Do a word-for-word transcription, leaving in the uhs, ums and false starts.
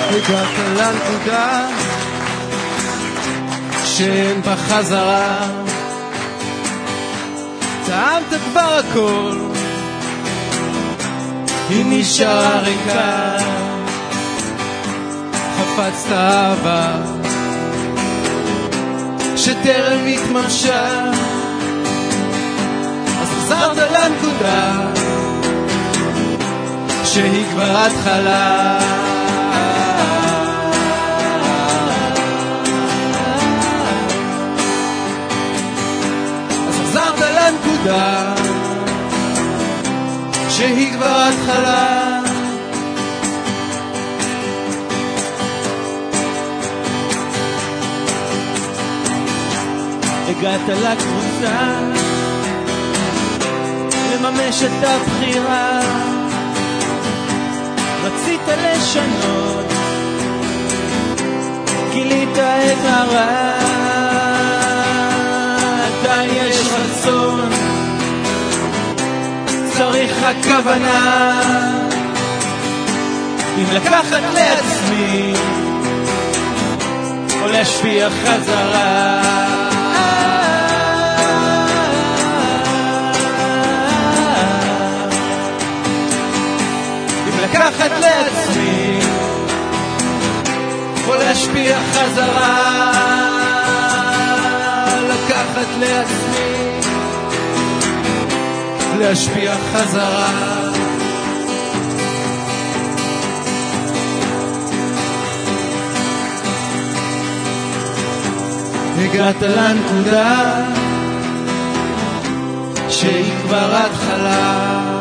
הגעת לנקודה שאין בה חזרה, טעמת כבר הכל, היא נשארה ריקה, חפצת אהבה שטרם התממשה, אז חזרת לנקודה שהיא כבר התחלה. אז חזרת לנקודה שהיא כבר התחלה. הגעת לקבוצה לממש את הבחירה, רצית לשנות, גילית את הרע, עדיין יש רצון, צריך הכוונה, אם לקחת לעצמי או להשפיע חזרה. לקחת לעצמי או להשפיע חזרה, לקחת לעצמי להשפיע חזרה. הגעת לנקודה שהיא כבר התחלה,